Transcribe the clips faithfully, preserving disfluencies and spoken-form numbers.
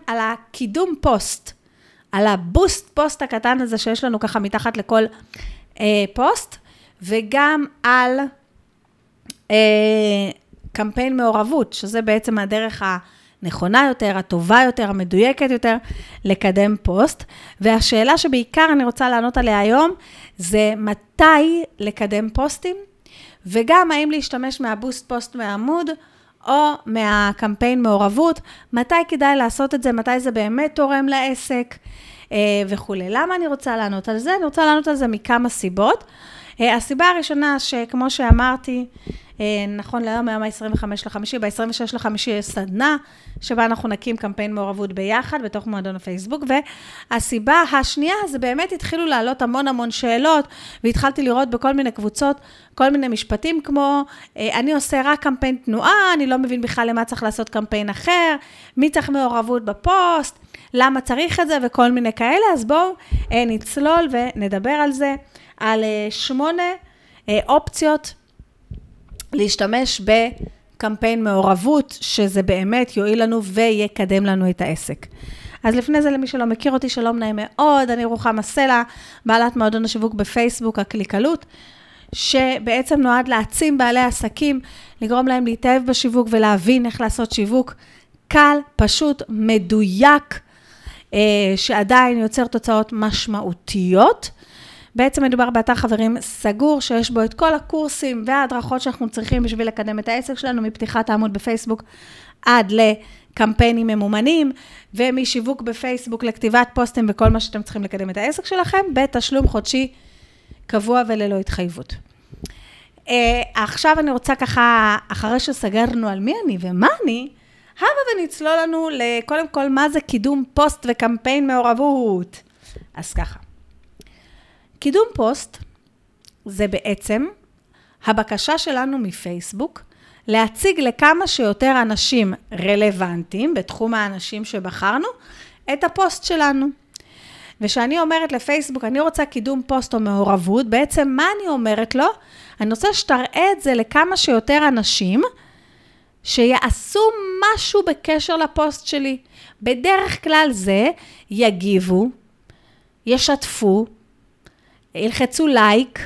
על הקידום פוסט, על הבוסט פוסט הקטן הזה שיש לנו ככה מתחת לכל אה, פוסט, וגם על אה, קמפיין מעורבות, שזה בעצם הדרך הנכונה יותר, הטובה יותר, המדויקת יותר, לקדם פוסט. והשאלה שבעיקר אני רוצה לענות עליה היום, זה מתי לקדם פוסטים, וגם האם להשתמש מהבוסט פוסט מהעמוד, או מהקמפיין מעורבות, מתי כדאי לעשות את זה, מתי זה באמת תורם לעסק, וכו'. למה אני רוצה לענות על זה? אני רוצה לענות על זה מכמה סיבות. הסיבה הראשונה שכמו שאמרתי, נכון להיום, היום ה-עשרים וחמישה לחמישי, ב-עשרים ושישה לחמישי יש סדנה, שבה אנחנו נקים קמפיין מעורבות ביחד, בתוך מועדון הפייסבוק, והסיבה השנייה, זה באמת התחילו לעלות המון המון שאלות, והתחלתי לראות בכל מיני קבוצות, כל מיני משפטים כמו, אני עושה רק קמפיין תנועה, אני לא מבין בכלל למה צריך לעשות קמפיין אחר, מי צריך מעורבות בפוסט, למה צריך את זה, וכל מיני כאלה, אז בואו נצלול ונדבר על זה, על שמונה אופציות, להשתמש בקמפיין מעורבות, שזה באמת יועיל לנו ויקדם לנו את העסק. אז לפני זה, למי שלא מכיר אותי, שלום נעים מאוד, אני רוחמה סלע, בעלת מועדון השיווק בפייסבוק, הקליקלות, שבעצם נועד להעצים בעלי עסקים, לגרום להם להתאהב בשיווק ולהבין איך לעשות שיווק קל, פשוט, מדויק, שעדיין יוצר תוצאות משמעותיות. בעצם מדובר באתר חברים סגור, שיש בו את כל הקורסים וההדרכות שאנחנו צריכים בשביל לקדם את העסק שלנו, מפתיחת העמוד בפייסבוק עד לקמפיינים ממומנים, ומשיווק בפייסבוק לכתיבת פוסטים וכל מה שאתם צריכים לקדם את העסק שלכם, בתשלום חודשי קבוע וללא התחייבות. עכשיו אני רוצה ככה, אחרי שסגרנו על מי אני ומה אני, הבה ונצלול לנו לקודם כל מה זה קידום פוסט וקמפיין מעורבות. אז ככה. קידום פוסט זה בעצם הבקשה שלנו מפייסבוק להציג לכמה שיותר אנשים רלוונטיים בתחום האנשים שבחרנו את הפוסט שלנו. ושאני אומרת לפייסבוק, אני רוצה קידום פוסט או מעורבות, בעצם מה אני אומרת לו? אני רוצה שתראה את זה לכמה שיותר אנשים שיעשו משהו בקשר לפוסט שלי. בדרך כלל זה יגיבו, ישתפו, ילחצו לייק,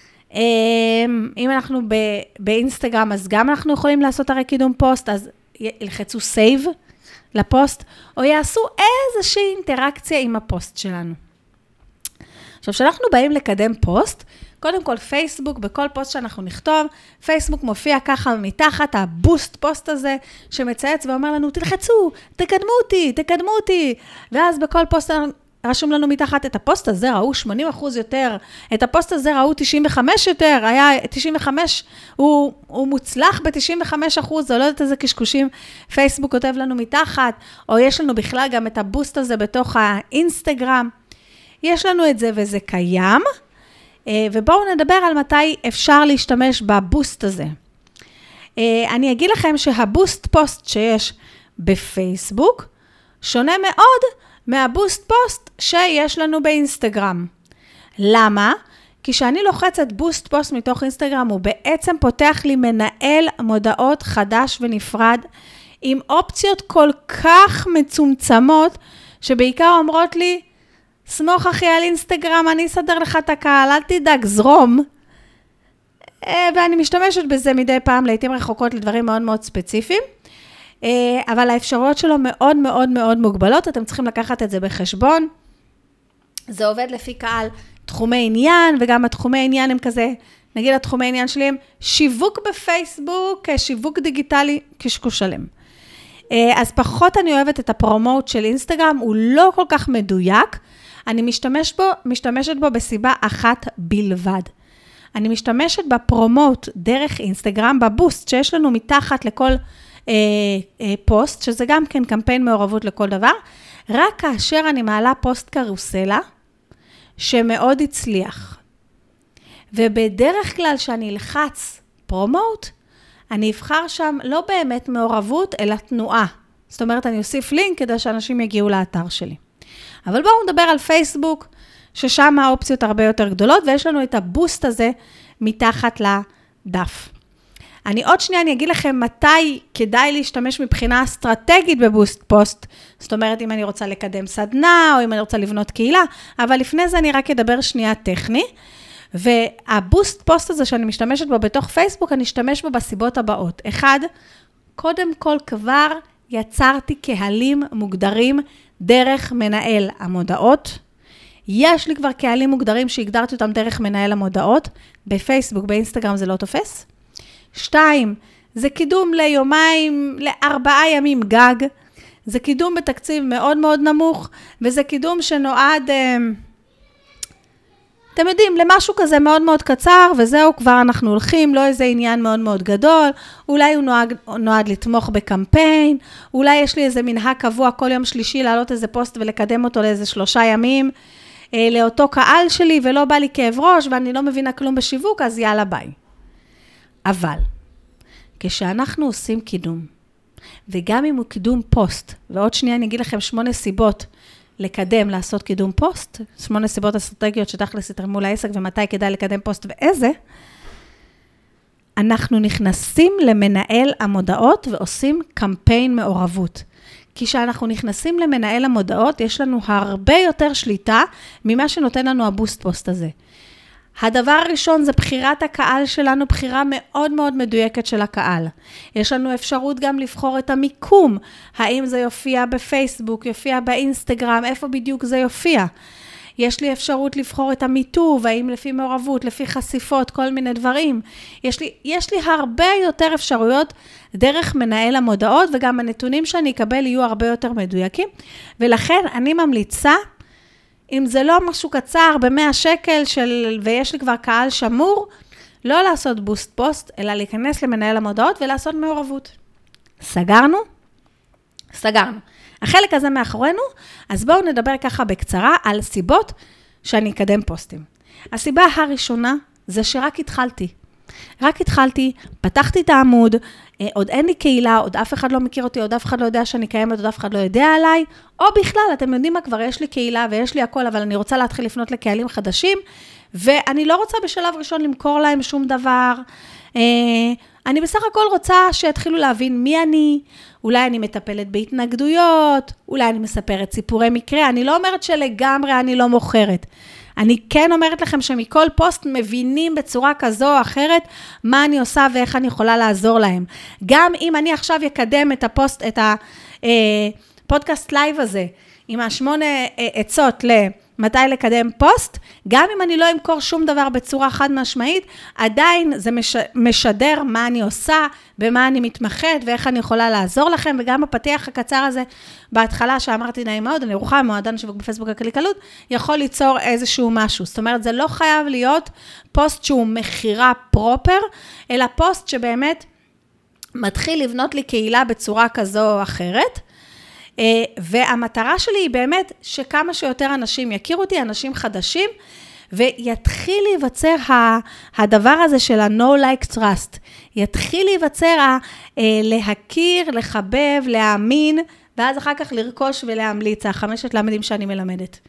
אם אנחנו באינסטגרם, אז גם אנחנו יכולים לעשות הרי קידום פוסט, אז ילחצו סייב לפוסט, או יעשו איזושהי אינטראקציה עם הפוסט שלנו. עכשיו, כשאנחנו באים לקדם פוסט, קודם כל פייסבוק, בכל פוסט שאנחנו נכתוב, פייסבוק מופיע ככה מתחת הבוסט פוסט הזה, שמצייץ ואומר לנו, תלחצו, תקדמו אותי, תקדמו אותי, ואז בכל פוסט רשום לנו מתחת, את הפוסט הזה ראו שמונים אחוז יותר, את הפוסט הזה ראו תשעים וחמש יותר, היה תשעים וחמש, הוא, הוא מוצלח ב-תשעים וחמש אחוז, זה לא יודעת איזה קשקושים, פייסבוק כותב לנו מתחת, או יש לנו בכלל גם את הבוסט הזה בתוך האינסטגרם, יש לנו את זה וזה קיים, ובואו נדבר על מתי אפשר להשתמש בבוסט הזה. אני אגיד לכם שהבוסט פוסט שיש בפייסבוק, שונה מאוד מהבוסט פוסט שיש לנו באינסטגרם. למה? כי כשאני לוחצת בוסט פוסט מתוך אינסטגרם, הוא בעצם פותח לי מנהל מודעות חדש ונפרד, עם אופציות כל כך מצומצמות, שבעיקר אומרות לי, סמוך אחי על אינסטגרם, אני אסדר לך את הקהל, אל תדאג, זרום. ואני משתמשת בזה מדי פעם, לעתים רחוקות לדברים מאוד מאוד ספציפיים, אבל האפשרויות שלו מאוד מאוד מאוד מוגבלות, אתם צריכים לקחת את זה בחשבון. זה עובד לפי קהל תחומי עניין, וגם התחומי עניין הם כזה, נגיד התחומי עניין שלי הם שיווק בפייסבוק, שיווק דיגיטלי, קשקוש שלם. אז פחות אני אוהבת את הפרומוט של אינסטגרם, הוא לא כל כך מדויק, אני משתמש בו, משתמשת בו בסיבה אחת בלבד. אני משתמשת בפרומוט דרך אינסטגרם, בבוסט שיש לנו מתחת לכל אה, אה, פוסט, שזה גם כן קמפיין מעורבות לכל דבר, רק כאשר אני מעלה פוסט קרוסלה, שמאוד הצליח. ובדרך כלל שאני אלחץ פרומוט, אני אבחר שם לא באמת מעורבות, אלא תנועה. זאת אומרת, אני אוסיף לינק כדי שאנשים יגיעו לאתר שלי. אבל בואו נדבר על פייסבוק, ששם האופציות הרבה יותר גדולות, ויש לנו את הבוסט הזה מתחת לדף. אני עוד שנייה, אני אגיד לכם מתי כדאי להשתמש מבחינה אסטרטגית בבוסט פוסט, זאת אומרת, אם אני רוצה לקדם סדנה, או אם אני רוצה לבנות קהילה, אבל לפני זה אני רק אדבר שנייה טכני, והבוסט פוסט הזה שאני משתמשת בו בתוך פייסבוק, אני אשתמש בו בסיבות הבאות. אחד, קודם כל כבר יצרתי קהלים מוגדרים דרך מנהל המודעות. יש לי כבר קהלים מוגדרים שהגדרתי אותם דרך מנהל המודעות. בפייסבוק, באינסטגרם זה לא תופס. שתיים, זה קידום ליומיים, לארבעה ימים גג. זה קידום בתקציב מאוד מאוד נמוך, וזה קידום שנועד, אתם יודעים, למשהו כזה מאוד מאוד קצר, וזהו, כבר אנחנו הולכים, לא איזה עניין מאוד מאוד גדול, אולי הוא נועד, נועד לתמוך בקמפיין, אולי יש לי איזה מנהג קבוע כל יום שלישי לעלות איזה פוסט ולקדם אותו לאיזה שלושה ימים, אה, לאותו קהל שלי, ולא בא לי כאב ראש, ואני לא מבינה כלום בשיווק, אז יאללה ביי. אבל, כשאנחנו עושים קידום, וגם אם הוא קידום פוסט, ועוד שנייה אני אגיד לכם שמונה סיבות, לקדם, לעשות קידום פוסט, שמונה סיבות אסטרטגיות שתכלס יתרמו לעסק, ומתי כדאי לקדם פוסט ואיזה, אנחנו נכנסים למנהל המודעות, ועושים קמפיין מעורבות. כי כשאנחנו נכנסים למנהל המודעות, יש לנו הרבה יותר שליטה, ממה שנותן לנו הבוסט פוסט הזה. הדבר הראשון זה בחירת הקהל שלנו, בחירה מאוד מאוד מדויקת של הקהל. יש לנו אפשרות גם לבחור את המיקום, האם זה יופיע בפייסבוק, יופיע באינסטגרם, איפה בדיוק זה יופיע. יש לי אפשרות לבחור את המיטוב, האם לפי מעורבות, לפי חשיפות, כל מיני דברים. יש לי, יש לי הרבה יותר אפשרויות דרך מנהל המודעות, וגם הנתונים שאני אקבל יהיו הרבה יותר מדויקים. ולכן אני ממליצה, אם זה לא משהו קצר ב-מאה שקל של, ויש לי כבר קהל שמור, לא לעשות בוסט פוסט, אלא להיכנס למנהל המודעות ולעשות מעורבות. סגרנו? סגרנו. החלק הזה מאחורינו, אז בואו נדבר ככה בקצרה על סיבות שאני אקדם פוסטים. הסיבה הראשונה זה שרק התחלתי. רק התחלתי, פתחתי את העמוד, עוד אין לי קהילה, עוד אף אחד לא מכיר אותי, עוד אף אחד לא יודע שאני קיימת, עוד אף אחד לא יודע עליי, או בכלל, אתם יודעים מה, כבר יש לי קהילה ויש לי הכל, אבל אני רוצה להתחיל לפנות לקהלים חדשים, ואני לא רוצה בשלב ראשון למכור להם שום דבר, אני בסך הכל רוצה שיתחילו להבין מי אני, אולי אני מטפלת בהתנגדויות, אולי אני מספרת סיפורי מקרה, אני לא אומרת שלגמרי אני לא מוכרת, אני כן אומרת לכם שמכל פוסט מבינים בצורה כזו או אחרת מה אני עושה ואיך אני יכולה לעזור להם. גם אם אני עכשיו יקדם את הפוסט, את הפודקאסט לייב הזה, עם השמונה עצות למתי לקדם פוסט, גם אם אני לא אמכור שום דבר בצורה חד משמעית, עדיין זה משדר מה אני עושה, במה אני מתמחת ואיך אני יכולה לעזור לכם, וגם הפתיח הקצר הזה בהתחלה שאמרתי נעים מאוד, אני רוחה מועדון שיווק בפייסבוק הקליקלות, יכול ליצור איזשהו משהו. זאת אומרת, זה לא חייב להיות פוסט שהוא מחירה פרופר, אלא פוסט שבאמת מתחיל לבנות לי קהילה בצורה כזו או אחרת, והמטרה שלי היא באמת שכמה שיותר אנשים יכירו אותי, אנשים חדשים, ויתחיל להיווצר הדבר הזה של ה-No Like Trust, יתחיל להיווצר להכיר, לחבב, להאמין, ואז אחר כך לרכוש ולהמליץ, החמשת למדים שאני מלמדת.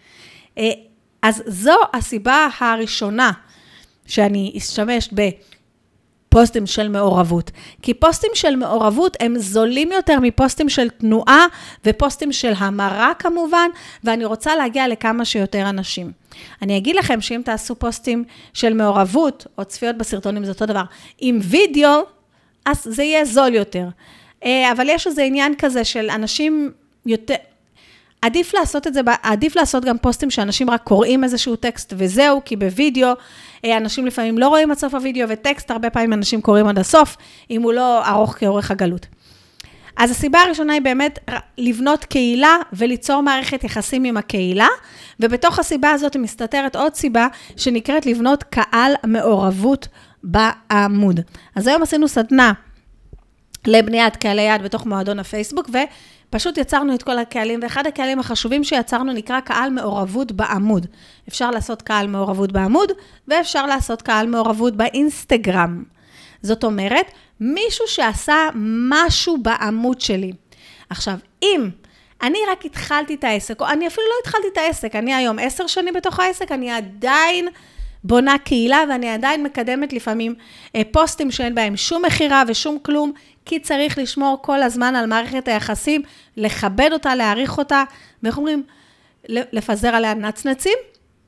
אז זו הסיבה הראשונה שאני אשתמש בפוסטים של מעורבות. כי פוסטים של מעורבות הם זולים יותר מפוסטים של תנועה, ופוסטים של המרה כמובן, ואני רוצה להגיע לכמה שיותר אנשים. אני אגיד לכם שאם תעשו פוסטים של מעורבות, או צפיות בסרטונים, זה אותו דבר, עם וידאו, אז זה יהיה זול יותר. אבל יש איזה עניין כזה של אנשים יותר, עדיף לעשות את זה, עדיף לעשות גם פוסטים שאנשים רק קוראים איזשהו טקסט וזהו, כי בווידאו, אנשים לפעמים לא רואים עד סוף הווידאו, וטקסט הרבה פעמים אנשים קוראים עד הסוף, אם הוא לא ארוך כאורך הגלות. אז הסיבה הראשונה היא באמת לבנות קהילה, וליצור מערכת יחסים עם הקהילה, ובתוך הסיבה הזאת מסתתרת עוד סיבה, שנקראת לבנות קהל מעורבות בעמוד. אז היום עשינו סדנה, לבניית קהלי יעד בתוך מועדון הפייסבוק, ופשוט יצרנו את כל הקהלים, ואחד הקהלים החשובים שיצרנו נקרא קהל מעורבות בעמוד. אפשר לעשות קהל מעורבות בעמוד, ואפשר לעשות קהל מעורבות באינסטגרם. זאת אומרת, מישהו שעשה משהו בעמוד שלי. עכשיו, אם אני רק התחלתי את העסק, או אני אפילו לא התחלתי את העסק, אני היום עשר שנים בתוך העסק, אני עדיין בונה קהילה, ואני עדיין מקדמת לפעמים פוסטים שאין בהם שום מחירה ושום כלום, כי צריך לשמור כל הזמן על מערכת היחסים, לכבד אותה, להעריך אותה, ואיך אומרים, לפזר עליה נצנצים.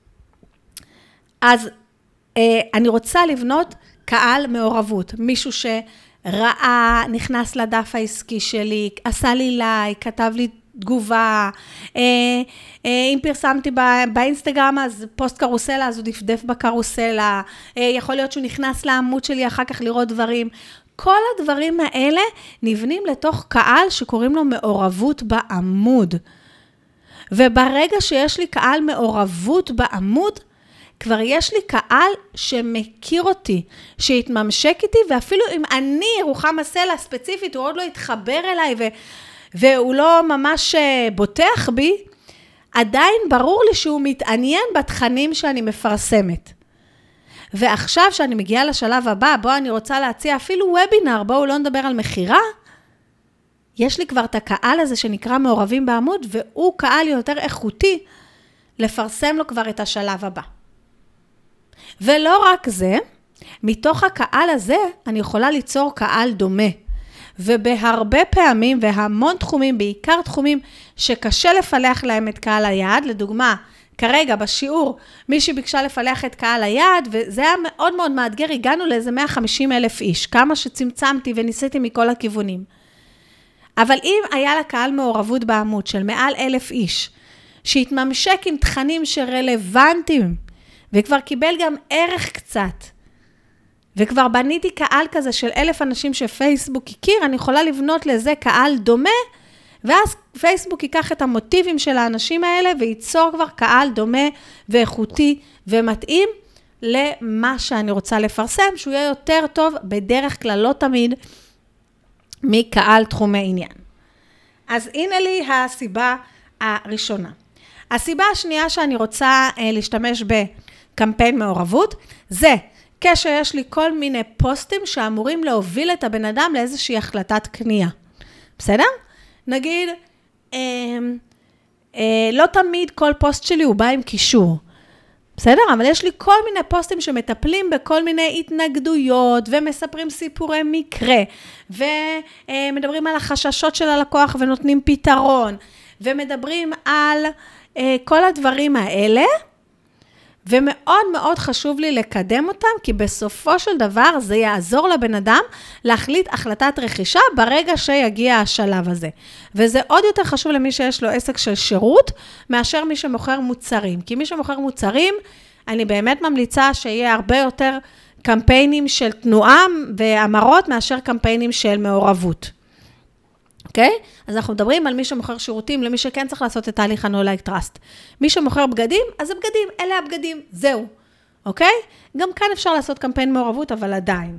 אז אני רוצה לבנות קהל מעורבות, מישהו שראה, נכנס לדף העסקי שלי, עשה לי לייק, כתב לי תגובה, אם פרסמתי באינסטגרם, אז פוסט קרוסלה, אז הוא דפדף בקרוסלה, יכול להיות שהוא נכנס לעמוד שלי אחר כך לראות דברים. כל הדברים האלה נבנים לתוך קהל שקוראים לו מעורבות בעמוד. וברגע שיש לי קהל מעורבות בעמוד, כבר יש לי קהל שמכיר אותי, שהתממשק איתי, ואפילו אם אני, רוחמה סלע ספציפית, הוא עוד לא התחבר אליי, ו... והוא לא ממש בוטח בי, עדיין ברור לי שהוא מתעניין בתכנים שאני מפרסמת. ועכשיו שאני מגיעה לשלב הבא, בו אני רוצה להציע אפילו וובינר, בואו לא נדבר על מחירה, יש לי כבר את הקהל הזה שנקרא מעורבים בעמוד, והוא קהל יותר איכותי לפרסם לו כבר את השלב הבא. ולא רק זה, מתוך הקהל הזה אני יכולה ליצור קהל דומה. ובהרבה פעמים והמון תחומים, בעיקר תחומים שקשה לפלח להם את קהל היעד, לדוגמה, כרגע בשיעור מישהי ביקשה לפלח את קהל היעד, וזה היה מאוד מאוד מאתגר, הגענו לאיזה מאה וחמישים אלף איש, כמה שצמצמתי וניסיתי מכל הכיוונים. אבל אם היה לה קהל מעורבות בעמוד של מעל אלף איש, שהתממשק עם תכנים שרלוונטיים, וכבר קיבל גם ערך קצת, וכבר בניתי קהל כזה של אלף אנשים שפייסבוק הכיר, אני יכולה לבנות לזה קהל דומה, ואז פייסבוק ייקח את המוטיבים של האנשים האלה, וייצור כבר קהל דומה ואיכותי ומתאים למה שאני רוצה לפרסם, שהוא יהיה יותר טוב, בדרך כלל לא תמיד, מקהל תחומי עניין. אז הנה לי הסיבה הראשונה. הסיבה השנייה שאני רוצה להשתמש בקמפיין מעורבות, זה כשיש לי כל מיני פוסטים שאמורים להוביל את הבן אדם לאיזושהי החלטת קנייה. בסדר? נגיד, אה, אה, לא תמיד כל פוסט שלי הוא בא עם קישור. בסדר? אבל יש לי כל מיני פוסטים שמטפלים בכל מיני התנגדויות, ומספרים סיפורי מקרה, ומדברים על החששות של הלקוח ונותנים פתרון, ומדברים על אה, כל הדברים האלה, ומאוד מאוד חשוב לי לקדם אותם, כי בסופו של דבר זה יעזור לבן אדם להחליט החלטת רכישה ברגע שיגיע השלב הזה. וזה עוד יותר חשוב למי שיש לו עסק של שירות, מאשר מי שמוכר מוצרים. כי מי שמוכר מוצרים, אני באמת ממליצה שיהיה הרבה יותר קמפיינים של תנועה ואמרות, מאשר קמפיינים של מעורבות. אוקיי? אז אנחנו מדברים על מי שמוכר שירותים, למי שכן צריך לעשות את תהליך ה-No Like Trust. מי שמוכר בגדים, אז זה בגדים, אלה הבגדים, זהו. אוקיי? גם כאן אפשר לעשות קמפיין מעורבות, אבל עדיין.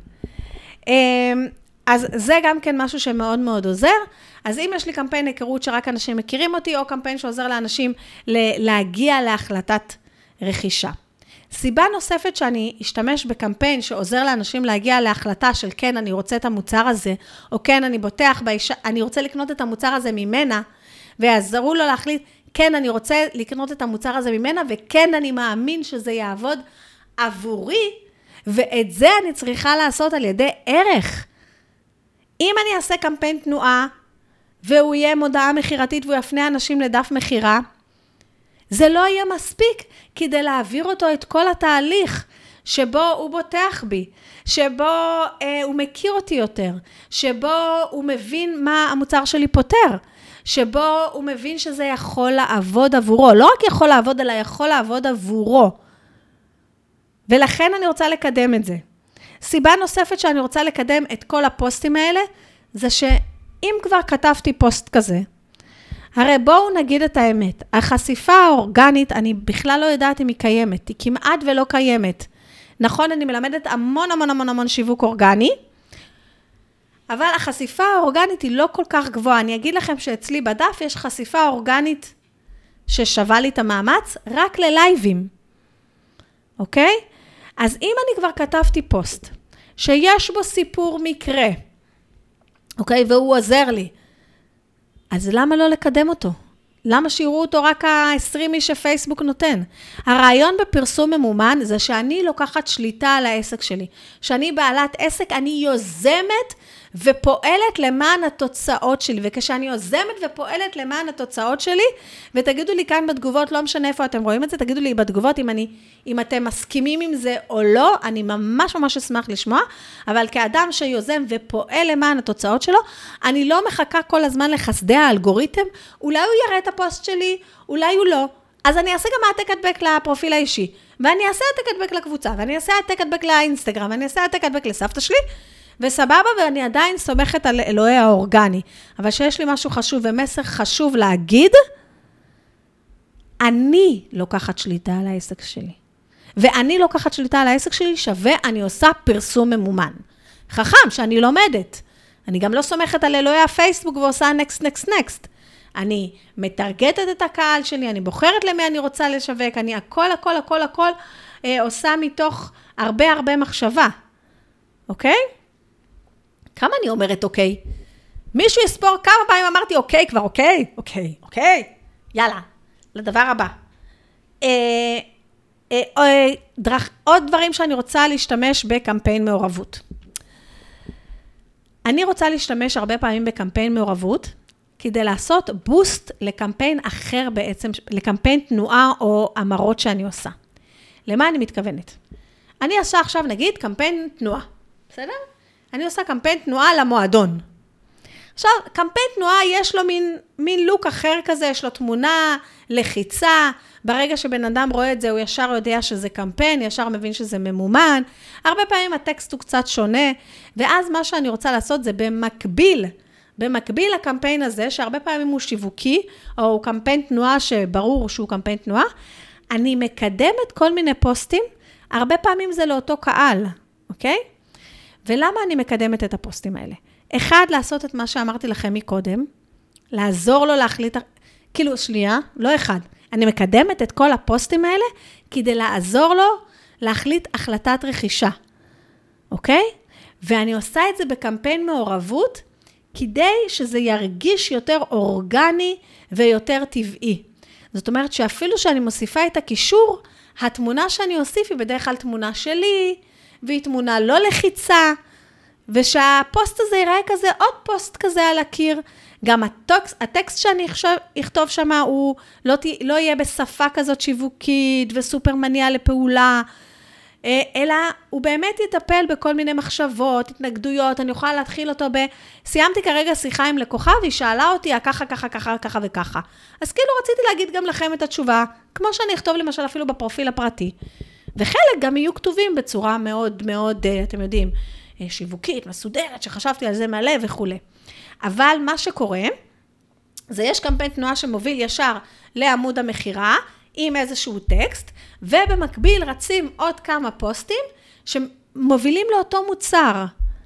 אז זה גם כן משהו שמאוד מאוד עוזר. אז אם יש לי קמפיין היכרות שרק אנשים מכירים אותי, או קמפיין שעוזר לאנשים להגיע להחלטת רכישה. סיבה נוספת שאני אשתמש בקמפיין שעוזר לאנשים להגיע להחלטה של כן, אני רוצה את המוצר הזה, או כן, אני בוטח באישה, אני רוצה לקנות את המוצר הזה ממנה, ויעזרו לו להחליט, כן, אני רוצה לקנות את המוצר הזה ממנה, וכן, אני מאמין שזה יעבוד עבורי, ואת זה אני צריכה לעשות על ידי ערך. אם אני אעשה קמפיין תנועה, והוא יהיה מודעה מחירתית, והוא יפנה אנשים לדף מחירה, זה לא יהיה מספיק כדי להעביר אותו את כל התהליך שבו הוא בוטח בי, שבו אה, הוא מכיר אותי יותר, שבו הוא מבין מה המוצר שלי פותר, שבו הוא מבין שזה יכול לעבוד עבורו, לא רק יכול לעבוד, אלא יכול לעבוד עבורו. ולכן אני רוצה לקדם את זה. סיבה נוספת שאני רוצה לקדם את כל הפוסטים האלה, זה שאם כבר כתבתי פוסט כזה, הרי בואו נגיד את האמת, החשיפה האורגנית, אני בכלל לא יודעת אם היא קיימת, היא כמעט ולא קיימת. נכון, אני מלמדת המון המון המון המון שיווק אורגני, אבל החשיפה האורגנית היא לא כל כך גבוהה. אני אגיד לכם שאצלי בדף יש חשיפה אורגנית ששווה לי את המאמץ, רק ללייבים. אוקיי? אז אם אני כבר כתבתי פוסט, שיש בו סיפור מקרה, אוקיי? והוא עוזר לי, אז למה לא לקדם אותו? למה שיראו אותו רק ה-עשרים איש שפייסבוק נותן? הרעיון בפרסום ממומן זה שאני לוקחת שליטה על העסק שלי. שאני בעלת עסק, אני יוזמת ופועלת למען התוצאות שלי. וכשאני יוזמת ופועלת למען התוצאות שלי, ותגידו לי כאן בתגובות, לא משנה איפה אתם רואים את זה, תגידו לי בתגובות אם, אני, אם אתם מסכימים עם זה או לא, אני ממש ממש אשמח לשמוע, אבל כאדם שיוזם ופועל למען התוצאות שלו, אני לא מחכה כל הזמן לחסדי האלגוריתם, אולי הוא יראה את הפוסט שלי, אולי הוא לא, אז אני אעשה גם העתק הדבק לפרופיל האישי, ואני אעשה העתק הדבק לקבוצה, ואני אעשה העתק הדבק לאינסטגרם, ואני אעשה העתק הדבק לסבתא שלי, וסבבה, ואני עדיין סומכת על אלוהי האורגני. אבל שיש לי משהו חשוב ומסר חשוב להגיד, אני לוקחת שליטה על העסק שלי. ואני לוקחת שליטה על העסק שלי, שווה, אני עושה פרסום ממומן. חכם שאני לומדת. אני גם לא סומכת על אלוהי הפייסבוק ועושה נקסט, נקסט, נקסט. אני מטרגטת את הקהל שלי, אני בוחרת למי אני רוצה לשווק, אני הכל, הכל, הכל, הכל אה, עושה מתוך הרבה, הרבה מחשבה. אוקיי? כמה אני אומרת אוקיי? מישהו יספור כמה פעמים אמרתי אוקיי כבר, אוקיי, אוקיי, אוקיי. יאללה, לדבר הבא. אה, אה, אה, דרך, עוד דברים שאני רוצה להשתמש בקמפיין מעורבות. אני רוצה להשתמש הרבה פעמים בקמפיין מעורבות, כדי לעשות בוסט לקמפיין אחר בעצם, לקמפיין תנועה או אמרות שאני עושה. למה אני מתכוונת? אני עושה עכשיו נגיד קמפיין תנועה, בסדר? אני עושה קמפיין תנועה למועדון. עכשיו, קמפיין תנועה יש לו מין, מין לוק אחר כזה, יש לו תמונה, לחיצה, ברגע שבן אדם רואה את זה, הוא ישר יודע שזה קמפיין, ישר מבין שזה ממומן, הרבה פעמים הטקסט הוא קצת שונה, ואז מה שאני רוצה לעשות זה במקביל, במקביל לקמפיין הזה, שהרבה פעמים הוא שיווקי, או הוא קמפיין תנועה שברור שהוא קמפיין תנועה, אני מקדמת כל מיני פוסטים, הרבה פעמים זה לאותו קהל, אוקיי? ולמה אני מקדמת את הפוסטים האלה? אחד, לעשות את מה שאמרתי לכם מקודם, לעזור לו להחליט, כאילו, שנייה, לא אחד, אני מקדמת את כל הפוסטים האלה, כדי לעזור לו להחליט החלטת רכישה, אוקיי? ואני עושה את זה בקמפיין מעורבות, כדי שזה ירגיש יותר אורגני ויותר טבעי. זאת אומרת שאפילו שאני מוסיפה את הקישור, התמונה שאני אוסיף היא בדרך כלל תמונה שלי, והיא תמונה לא לחיצה, ושהפוסט הזה ייראה כזה, עוד פוסט כזה על הקיר, גם הטקסט, הטקסט שאני אכתוב שם, הוא לא, לא יהיה בשפה כזאת שיווקית, וסופר מניע לפעולה, אלא הוא באמת יטפל בכל מיני מחשבות, התנגדויות, אני יכולה להתחיל אותו ב... סיימתי כרגע שיחה עם לקוחה, והיא שאלה אותי, ככה, ככה, ככה, ככה וככה. אז כאילו רציתי להגיד גם לכם את התשובה, כמו שאני אכתוב למשל אפילו בפרופיל הפרטי. וחלק גם יהיו כתובים בצורה מאוד מאוד, אתם יודעים, שיווקית, מסודרת, שחשבתי על זה מלא וכו'. אבל מה שקורה, זה יש קמפיין תנועה שמוביל ישר לעמוד המחירה, עם איזשהו טקסט, ובמקביל רצים עוד כמה פוסטים, שמובילים לאותו מוצר,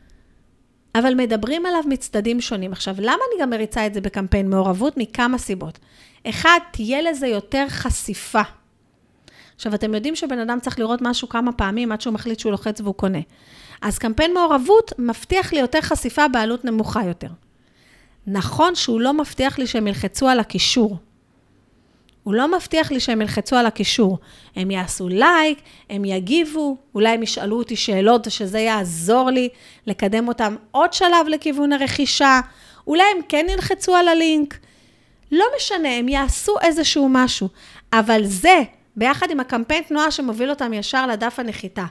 אבל מדברים עליו מצדדים שונים. עכשיו, למה אני גם מריצה את זה בקמפיין מעורבות? מכמה סיבות. אחד, תהיה לזה יותר חשיפה. עכשיו, אתם יודעים שבן אדם צריך לראות משהו כמה פעמים, עד שהוא מחליט שהוא לוחץ והוא קונה. אז קמפיין מעורבות מבטיח לי יותר חשיפה בעלות נמוכה יותר. נכון שהוא לא מבטיח לי שהם ילחצו על הקישור. הוא לא מבטיח לי שהם ילחצו על הקישור. הם יעשו לייק, הם יגיבו, אולי הם ישאלו אותי שאלות, שזה יעזור לי לקדם אותם עוד שלב לכיוון הרכישה. אולי הם כן ילחצו על הלינק. לא משנה, הם יעשו איזשהו משהו. אבל זה, ביחד עם הקמפיין תנועה שמוביל אותם ישר לדף הנחיתה.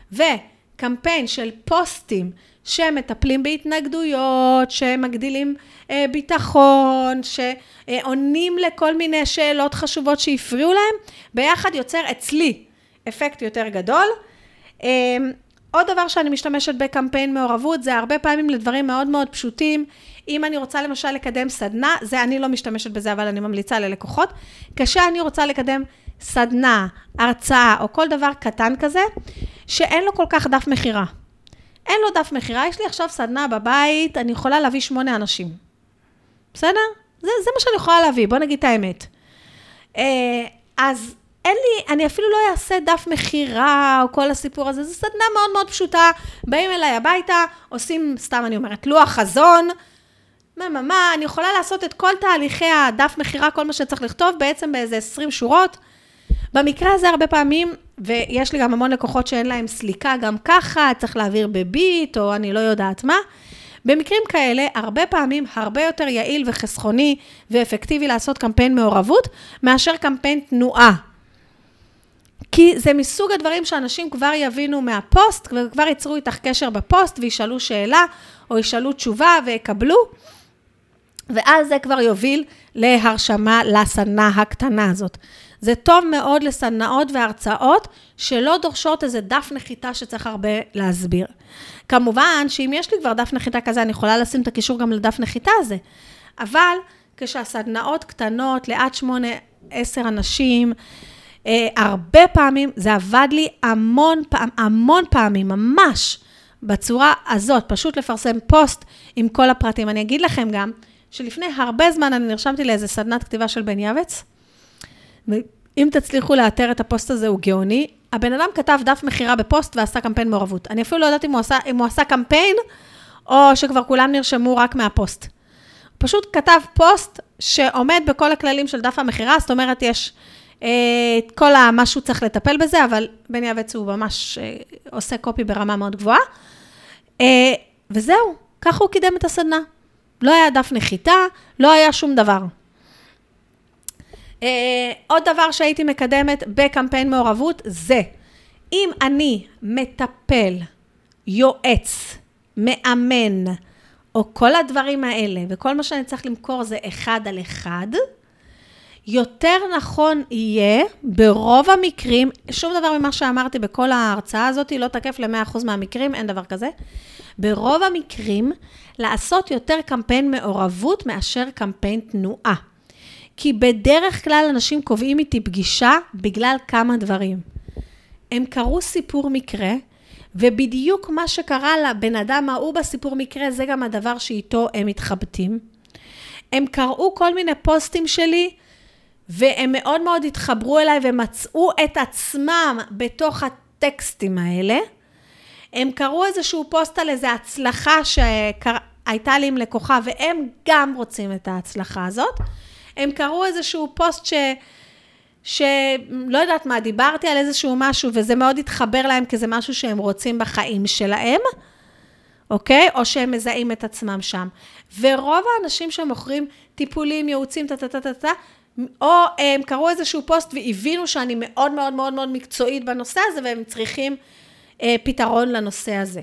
וקמפיין של פוסטים שמטפלים בהתנגדויות, שמגדילים אה, ביטחון, שעונים לכל מיני שאלות חשובות שהפריעו להם, ביחד יוצר אצלי אפקט יותר גדול. אה, עוד דבר שאני משתמשת בקמפיין מעורבות, זה הרבה פעמים לדברים מאוד מאוד פשוטים. אם אני רוצה למשל לקדם סדנה, זה אני לא משתמשת בזה, אבל אני ממליצה ללקוחות. כשאני רוצה לקדם סדנה, הרצאה או כל דבר קטן כזה, שאין לו כל כך דף מחירה. אין לו דף מחירה, יש לי עכשיו סדנה בבית, אני יכולה להביא שמונה אנשים. בסדר? זה, זה מה שאני יכולה להביא, בוא נגיד את האמת. אז אין לי, אני אפילו לא אעשה דף מחירה או כל הסיפור הזה, זו סדנה מאוד מאוד פשוטה, באים אליי הביתה, עושים, סתם אני אומרת, לוח חזון, מה, מה, מה, אני יכולה לעשות את כל תהליכי הדף מחירה, כל מה שצריך לכתוב, בעצם באיזה עשרים שורות. במקרה הזה הרבה פעמים, ויש לי גם המון לקוחות שאין להם סליקה גם ככה, צריך להעביר בביט, או אני לא יודעת מה. במקרים כאלה, הרבה פעמים, הרבה יותר יעיל וחסכוני ואפקטיבי לעשות קמפיין מעורבות, מאשר קמפיין תנועה. כי זה מסוג הדברים שאנשים כבר יבינו מהפוסט, וכבר ייצרו איתך קשר בפוסט, וישאלו שאלה, או ישאלו תשובה, ויקבלו. ואז זה כבר יוביל להרשמה לסדנה הקטנה הזאת. זה טוב מאוד לסדנאות והרצאות, שלא דורשות איזה דף נחיתה שצריך הרבה להסביר. כמובן, שאם יש לי כבר דף נחיתה כזה, אני יכולה לשים את הקישור גם לדף נחיתה הזה. אבל כשהסדנאות קטנות, לעד שמונה, עשר אנשים, אה, הרבה פעמים, זה עבד לי המון פעם, המון פעמים, ממש, בצורה הזאת, פשוט לפרסם פוסט עם כל הפרטים. אני אגיד לכם גם, שלפני הרבה זמן אני נרשמתי לאיזה סדנת כתיבה של בן יבץ, ואם תצליחו לאתר את הפוסט הזה, הוא גאוני. הבן אדם כתב דף מחירה בפוסט ועשה קמפיין מעורבות. אני אפילו לא יודעת אם הוא עשה, אם הוא עשה קמפיין, או שכבר כולם נרשמו רק מהפוסט. הוא פשוט כתב פוסט שעומד בכל הכללים של דף המחירה, זאת אומרת, יש אה, כל מה שהוא צריך לטפל בזה, אבל בן יבץ הוא ממש אה, עושה קופי ברמה מאוד גבוהה. אה, וזהו, ככה הוא קידם את הסדנה. לא היה דף נחיתה, לא היה שום דבר. Uh, עוד דבר שהייתי מקדמת בקמפיין מעורבות זה, אם אני מטפל, יועץ, מאמן, או כל הדברים האלה, וכל מה שאני צריך למכור זה אחד על אחד, יותר נכון יהיה ברוב המקרים, שום דבר ממה שאמרתי בכל ההרצאה הזאת, לא תקף ל-מאה אחוז מהמקרים, אין דבר כזה, ברוב המקרים לעשות יותר קמפיין מעורבות מאשר קמפיין תנועה. כי בדרך כלל אנשים קובעים איתי פגישה בגלל כמה דברים. הם קראו סיפור מקרה, ובדיוק מה שקרה לבן אדם ההוא בסיפור מקרה, זה גם הדבר שאיתו הם מתחבטים. הם קראו כל מיני פוסטים שלי, והם מאוד מאוד התחברו אליי, ומצאו את עצמם בתוך הטקסטים האלה. הם קראו איזשהו פוסט על איזו הצלחה שהייתה לי עם לקוחה, והם גם רוצים את ההצלחה הזאת. הם קראו איזשהו פוסט ש... שלא יודעת מה, דיברתי על איזשהו משהו, וזה מאוד התחבר להם, כי זה משהו שהם רוצים בחיים שלהם, אוקיי? או שהם מזהים את עצמם שם. ורוב האנשים שמוכרים טיפולים, ייעוצים, טטטטטטט, או הם קראו איזשהו פוסט והבינו שאני מאוד מאוד מאוד מאוד מקצועית בנושא הזה, והם צריכים אה, פתרון לנושא הזה.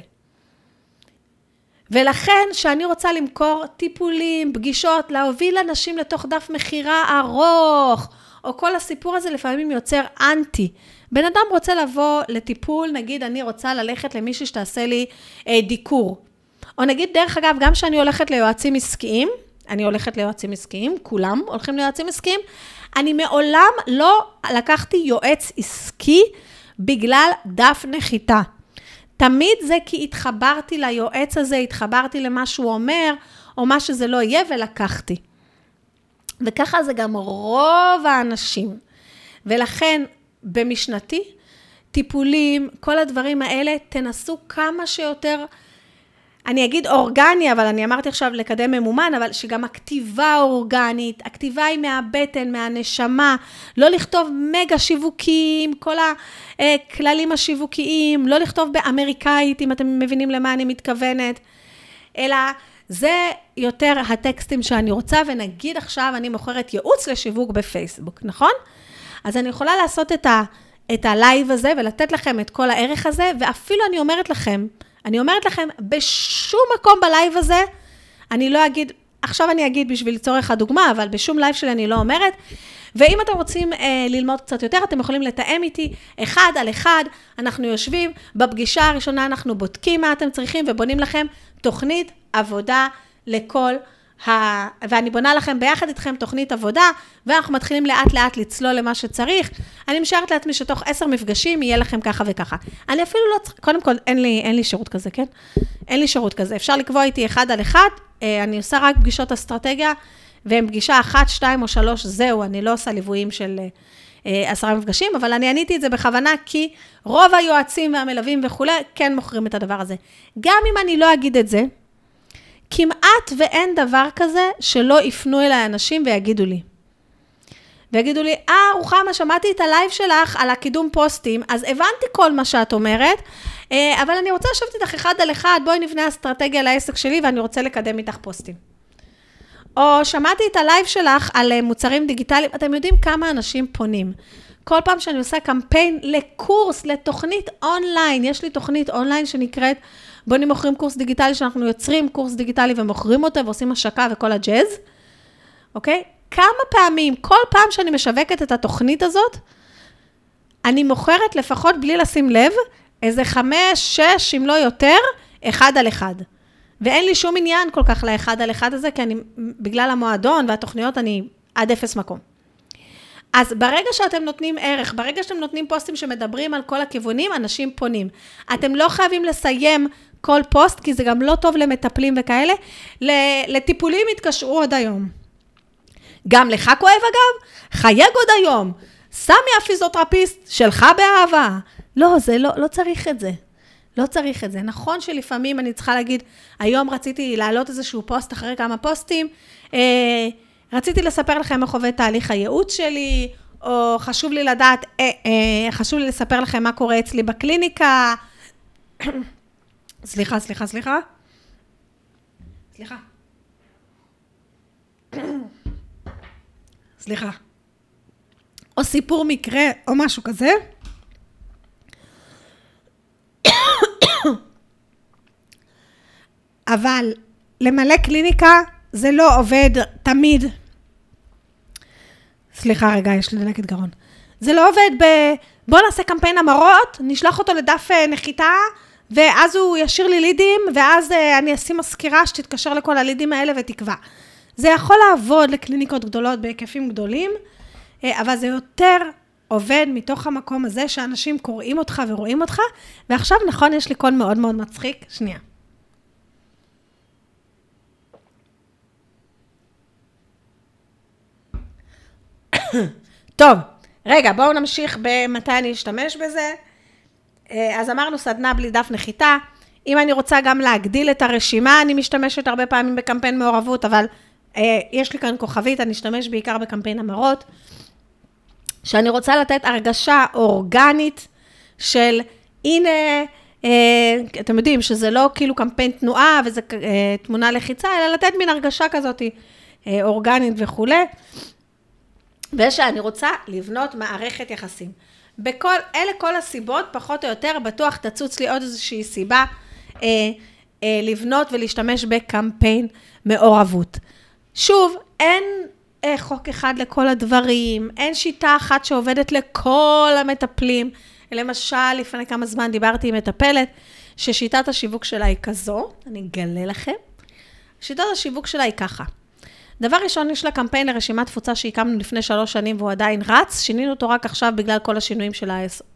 ולכן שאני רוצה למכור טיפולים, פגישות, להוביל אנשים לתוך דף מחירה ארוך, או כל הסיפור הזה לפעמים יוצר אנטי. בן אדם רוצה לבוא לטיפול, נגיד אני רוצה ללכת למישהו שתעשה לי אה, דיקור. או נגיד דרך אגב, גם שאני הולכת ליועצים עסקיים, אני הולכת ליועצים עסקיים, כולם הולכים ליועצים עסקיים, אני מעולם לא לקחתי יועץ עסקי בגלל דף נחיתה. תמיד זה כי התחברתי ליועץ הזה, התחברתי למה שהוא אומר, או מה שזה לא יהיה, ולקחתי. וככה זה גם רוב האנשים. ולכן, במשנתי, טיפולים, כל הדברים האלה, תנסו כמה שיותר, אני אגיד אורגני, אבל אני אמרתי עכשיו לקדם ממומן, אבל שגם הכתיבה אורגנית, הכתיבה היא מהבטן, מהנשמה, לא לכתוב מגה שיווקיים, כל הכללים השיווקיים, לא לכתוב באמריקאית, אם אתם מבינים למה אני מתכוונת, אלא זה יותר הטקסטים שאני רוצה, ונגיד עכשיו אני מוכרת ייעוץ לשיווק בפייסבוק, נכון? אז אני יכולה לעשות את ה, את הלייב הזה, ולתת לכם את כל הערך הזה, ואפילו אני אומרת לכם, אני אומרת לכם, בשום מקום בלייב הזה, אני לא אגיד, עכשיו אני אגיד בשביל צורך הדוגמה, אבל בשום לייב שלי אני לא אומרת, ואם אתם רוצים אה, ללמוד קצת יותר, אתם יכולים לתאם איתי אחד על אחד, אנחנו יושבים, בפגישה הראשונה אנחנו בודקים מה אתם צריכים, ובונים לכם תוכנית עבודה לכל ה... ואני בונה לכם ביחד איתכם תוכנית עבודה, ואנחנו מתחילים לאט לאט לצלול למה שצריך. אני משארת לעצמי שתוך עשר מפגשים יהיה לכם ככה וככה. אני אפילו לא צריך, קודם כל אין לי, אין לי שירות כזה, כן? אין לי שירות כזה. אפשר לקבוע איתי אחד על אחד, אני עושה רק פגישות אסטרטגיה, והן פגישה אחת, שתיים או שלוש, זהו, אני לא עושה ליוויים של עשרה מפגשים, אבל אני עניתי את זה בכוונה, כי רוב היועצים והמלווים וכו', כן מוכרים את הדבר הזה. גם אם אני לא אגיד את זה, כמעט ואין דבר כזה שלא יפנו אליי אנשים ויגידו לי. ויגידו לי, אה, רוחמה, שמעתי את הלייב שלך על הקידום פוסטים, אז הבנתי כל מה שאת אומרת, אבל אני רוצה לשבת איתך אחד על אחד, בואי נבנה אסטרטגיה לעסק שלי, ואני רוצה לקדם איתך פוסטים. או שמעתי את הלייב שלך על מוצרים דיגיטליים, אתם יודעים כמה אנשים פונים. כל פעם שאני עושה קמפיין לקורס, לתוכנית אונליין, יש לי תוכנית אונליין שנקראת, בואי מוכרים קורס דיגיטלי, שאנחנו יוצרים קורס דיגיטלי ומוכרים אותו, ועושים השקה וכל הג'אז, אוקיי? כמה פעמים, כל פעם שאני משווקת את התוכנית הזאת, אני מוכרת לפחות בלי לשים לב, איזה חמש, שש, אם לא יותר, אחד על אחד. ואין לי שום עניין כל כך לאחד על אחד הזה, כי אני, בגלל המועדון והתוכניות, אני עד אפס מקום. אז ברגע שאתם נותנים ערך, ברגע שאתם נותנים פוסטים שמדברים על כל הכיוונים, אנשים פונים. אתם לא חייבים לסיים כל פוסט, כי זה גם לא טוב למטפלים וכאלה. לטיפולים התקשרו עוד היום. גם לך כואב אגב, חייג עוד היום. סמי הפיזיותרפיסט שלך באהבה. לא, זה לא, לא צריך את זה. לא צריך את זה. נכון שלפעמים אני צריכה להגיד, היום רציתי להעלות איזשהו פוסט אחרי כמה פוסטים, אה, רציתי לספר לכם איך עובד תהליך הייעוץ שלי, או חשוב לי לדעת, אה, אה, חשוב לי לספר לכם מה קורה אצלי בקליניקה. סליחה, סליחה, סליחה. סליחה. סליחה. או סיפור מקרה, או משהו כזה. אבל למלא קליניקה זה לא עובד תמיד. סליחה רגע, יש לי דלקת גרון. זה לא עובד ב... בוא נעשה קמפיין המרות, נשלח אותו לדף נחיתה, ואז הוא ישיר לי לידים, ואז אני אשים מזכירה שתתקשר לכל הלידים האלה ותקבע. זה יכול לעבוד לקליניקות גדולות בהיקפים גדולים, אבל זה יותר עובד מתוך המקום הזה שאנשים קוראים אותך ורואים אותך, ועכשיו נכון יש לי קול מאוד מאוד מצחיק. שנייה. טוב, רגע, בואו נמשיך במתי אני אשתמש בזה. אז אמרנו סדנה בלי דף נחיתה. אם אני רוצה גם להגדיל את הרשימה, אני משתמשת הרבה פעמים בקמפיין מעורבות, אבל אה, יש לי כאן כוכבית, אני אשתמש בעיקר בקמפיין המרות, שאני רוצה לתת הרגשה אורגנית של, הנה, אה, אתם יודעים שזה לא כאילו קמפיין תנועה, וזה אה, תמונה לחיצה, אלא לתת מין הרגשה כזאת אה, אורגנית וכו'. ושאני רוצה לבנות מערכת יחסים. בכל, אלה כל הסיבות, פחות או יותר, בטוח תצוץ לי עוד איזושהי סיבה, אה, אה, לבנות ולהשתמש בקמפיין מעורבות. שוב, אין אה, חוק אחד לכל הדברים, אין שיטה אחת שעובדת לכל המטפלים. למשל, לפני כמה זמן דיברתי עם מטפלת, ששיטת השיווק שלה היא כזו, אני אגלה לכם. שיטת השיווק שלה היא ככה. דבר ראשון, יש לה קמפיין לרשימת תפוצה שהקמנו לפני שלוש שנים, והוא עדיין רץ, שינינו אותו רק עכשיו בגלל כל השינויים של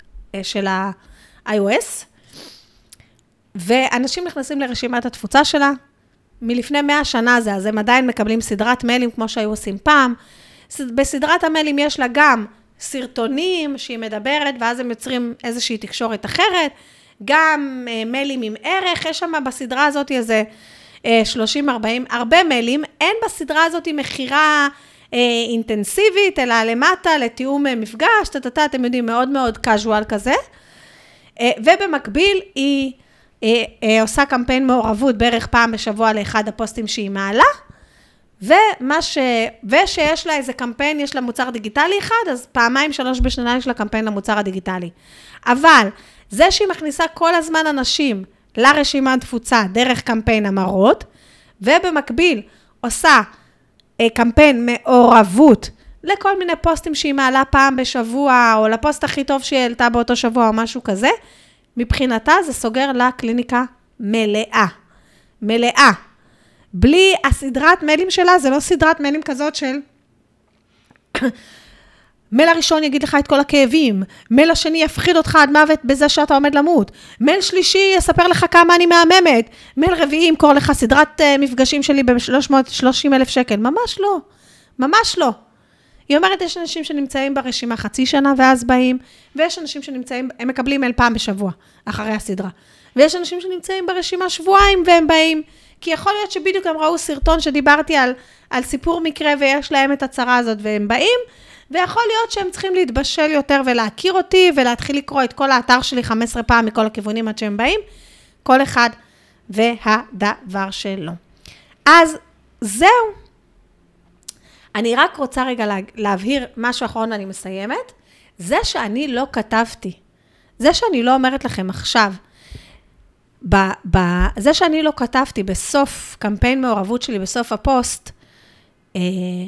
ה-iOS, ואנשים נכנסים לרשימת התפוצה שלה, מלפני מאה שנה זה, אז הם עדיין מקבלים סדרת מיילים כמו שהיו עושים פעם, בסדרת המיילים יש לה גם סרטונים שהיא מדברת, ואז הם יוצרים איזושהי תקשורת אחרת, גם מיילים עם ערך, יש שם בסדרה הזאת איזה, שלושים ארבעים, הרבה מיילים, אין בסדרה הזאת מחירה אה, אינטנסיבית, אלא למטה, לתיאום מפגש, תתתה, אתם יודעים, מאוד מאוד קאז'ואל כזה, אה, ובמקביל היא אה, אה, עושה קמפיין מעורבות בערך פעם בשבוע לאחד הפוסטים שהיא מעלה, ומה ש... ושיש לה איזה קמפיין, יש לה מוצר דיגיטלי אחד, אז פעמיים שלוש בשנה יש לה קמפיין למוצר הדיגיטלי. אבל זה שהיא מכניסה כל הזמן אנשים, לרשימת תפוצה דרך קמפיין המרות, ובמקביל עושה אה, קמפיין מעורבות לכל מיני פוסטים שהיא מעלה פעם בשבוע, או לפוסט הכי טוב שהיא העלתה באותו שבוע, או משהו כזה, מבחינתה זה סוגר לה קליניקה מלאה. מלאה. בלי הסדרת מיילים שלה, זה לא סדרת מיילים כזאת של... מייל הראשון יגיד לך את כל הכאבים, מייל השני יפחיד אותך עד מוות בזה שאתה עומד למות, מייל שלישי יספר לך כמה אני מהממת, מייל רביעי ימכור לך סדרת uh, מפגשים שלי ב-שלוש מאות ושלושים אלף שקל, ממש לא, ממש לא. היא אומרת, יש אנשים שנמצאים ברשימה חצי שנה ואז באים, ויש אנשים שנמצאים, הם מקבלים מייל פעם בשבוע, אחרי הסדרה, ויש אנשים שנמצאים ברשימה שבועיים והם באים, כי יכול להיות שבדיוק הם ראו סרטון שדיברתי על, על סיפור מקרה ויש להם את הצרה הזאת והם באים, ויכול להיות שהם צריכים להתבשל יותר ולהכיר אותי ולהתחיל לקרוא את כל האתר שלי חמש עשרה פעם מכל הכיוונים עד שהם באים, כל אחד והדבר שלו. אז זהו. אני רק רוצה רגע לה, להבהיר משהו אחרון, אני מסיימת. זה שאני לא כתבתי, זה שאני לא אומרת לכם עכשיו, ב, ב, זה שאני לא כתבתי בסוף קמפיין מעורבות שלי, בסוף הפוסט, אה,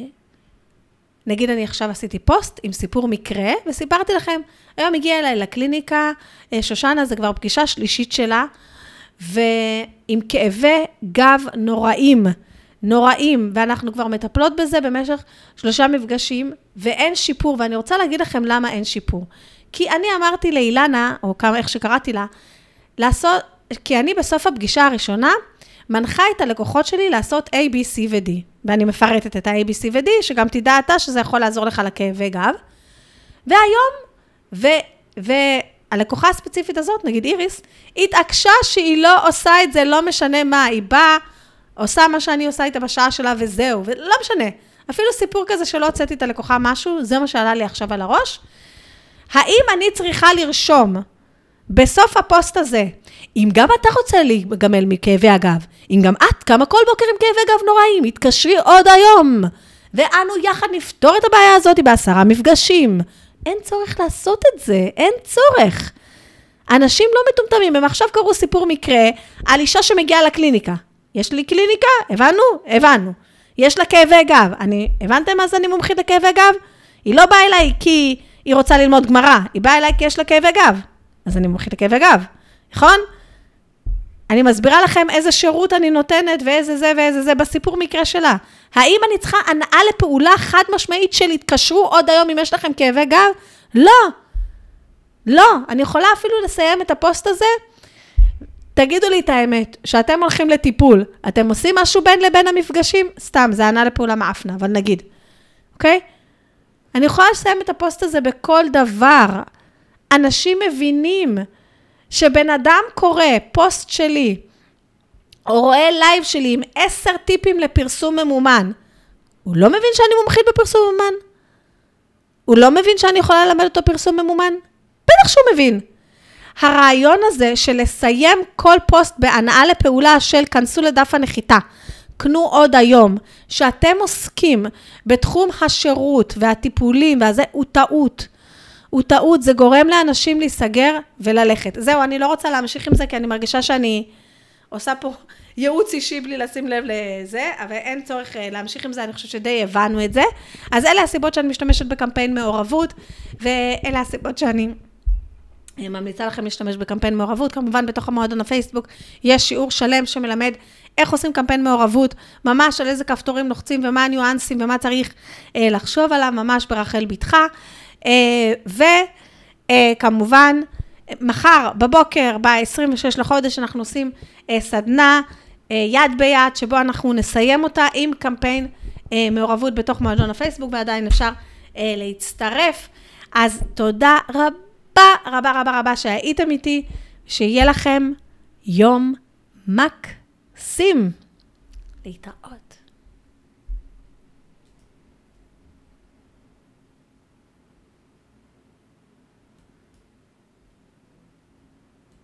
נגיד אני עכשיו עשיתי פוסט עם סיפור מקרה, וסיפרתי לכם, היום הגיעה אליי לקליניקה, שושנה, זה כבר פגישה שלישית שלה, ועם כאבי גב נוראים, נוראים, ואנחנו כבר מטפלות בזה במשך שלושה מפגשים, ואין שיפור, ואני רוצה להגיד לכם למה אין שיפור. כי אני אמרתי לאילנה, או כמה, איך שקראתי לה, לעשות, כי אני בסוף הפגישה הראשונה, מנחה את הלקוחות שלי לעשות A, B, C ו-D. ואני מפרטת את ה-A, B, C ו-D, שגם תדע אתה שזה יכול לעזור לך לכאבי גב. והיום, ו... והלקוחה הספציפית הזאת, נגיד איריס, התעקשה שהיא לא עושה את זה, לא משנה מה, היא באה, עושה מה שאני עושה איתה בשעה שלה וזהו, ולא משנה. אפילו סיפור כזה שלא הוצאתי את הלקוחה משהו, זה מה שעלה לי עכשיו על הראש. האם אני צריכה לרשום בסוף הפוסט הזה, אם גם אתה רוצה להיגמל מכאבי הגב, אם גם את קמה כל בוקר עם כאבי גב נוראים, התקשרי עוד היום, ואנו יחד נפתור את הבעיה הזאת בעשרה מפגשים. אין צורך לעשות את זה, אין צורך. אנשים לא מטומטמים, הם עכשיו קראו סיפור מקרה על אישה שמגיעה לקליניקה. יש לי קליניקה? הבנו? הבנו. יש לה כאבי גב. אני, הבנתם מה זה אני מומחית לכאבי גב? היא לא באה אליי כי היא רוצה ללמוד גמרא, היא באה אליי כי יש לה כאבי גב. אז אני מומחית לכאבי גב, נכון? אני מסבירה לכם איזה שירות אני נותנת ואיזה זה ואיזה זה בסיפור מקרה שלה. האם אני צריכה הנאה לפעולה חד משמעית של התקשרו עוד היום אם יש לכם כאבי גב? לא. לא. אני יכולה אפילו לסיים את הפוסט הזה. תגידו לי את האמת, שאתם הולכים לטיפול, אתם עושים משהו בין לבין המפגשים? סתם, זה הנאה לפעולה מאפנה, אבל נגיד. אוקיי? אני יכולה לסיים את הפוסט הזה בכל דבר. אנשים מבינים שבן אדם קורא פוסט שלי, או רואה לייב שלי עם עשר טיפים לפרסום ממומן, הוא לא מבין שאני מומחית בפרסום ממומן? הוא לא מבין שאני יכולה ללמד אותו פרסום ממומן? בטח שהוא מבין. הרעיון הזה של לסיים כל פוסט בהנאה לפעולה של כנסו לדף הנחיתה, קנו עוד היום, שאתם עוסקים בתחום השירות והטיפולים והזה, הוא טעות. הוא טעות, זה גורם לאנשים להיסגר וללכת. זהו, אני לא רוצה להמשיך עם זה, כי אני מרגישה שאני עושה פה ייעוץ אישי בלי לשים לב לזה, אבל אין צורך להמשיך עם זה, אני חושבת שדי הבנו את זה. אז אלה הסיבות שאני משתמשת בקמפיין מעורבות, ואלה הסיבות שאני ממליצה לכם להשתמש בקמפיין מעורבות. כמובן, בתוך המועדון הפייסבוק יש שיעור שלם שמלמד איך עושים קמפיין מעורבות, ממש על איזה כפתורים לוחצים ומה הניואנסים ומה צריך לחשוב עליו, ממש ברחל בתך. וכמובן, מחר בבוקר, ב-עשרים ושש לחודש, אנחנו עושים סדנה יד ביד, שבו אנחנו נסיים אותה עם קמפיין מעורבות בתוך מועדון הפייסבוק, ועדיין אפשר להצטרף. אז תודה רבה, רבה, רבה, רבה שהייתם איתי, שיהיה לכם יום מקסים. להתראות.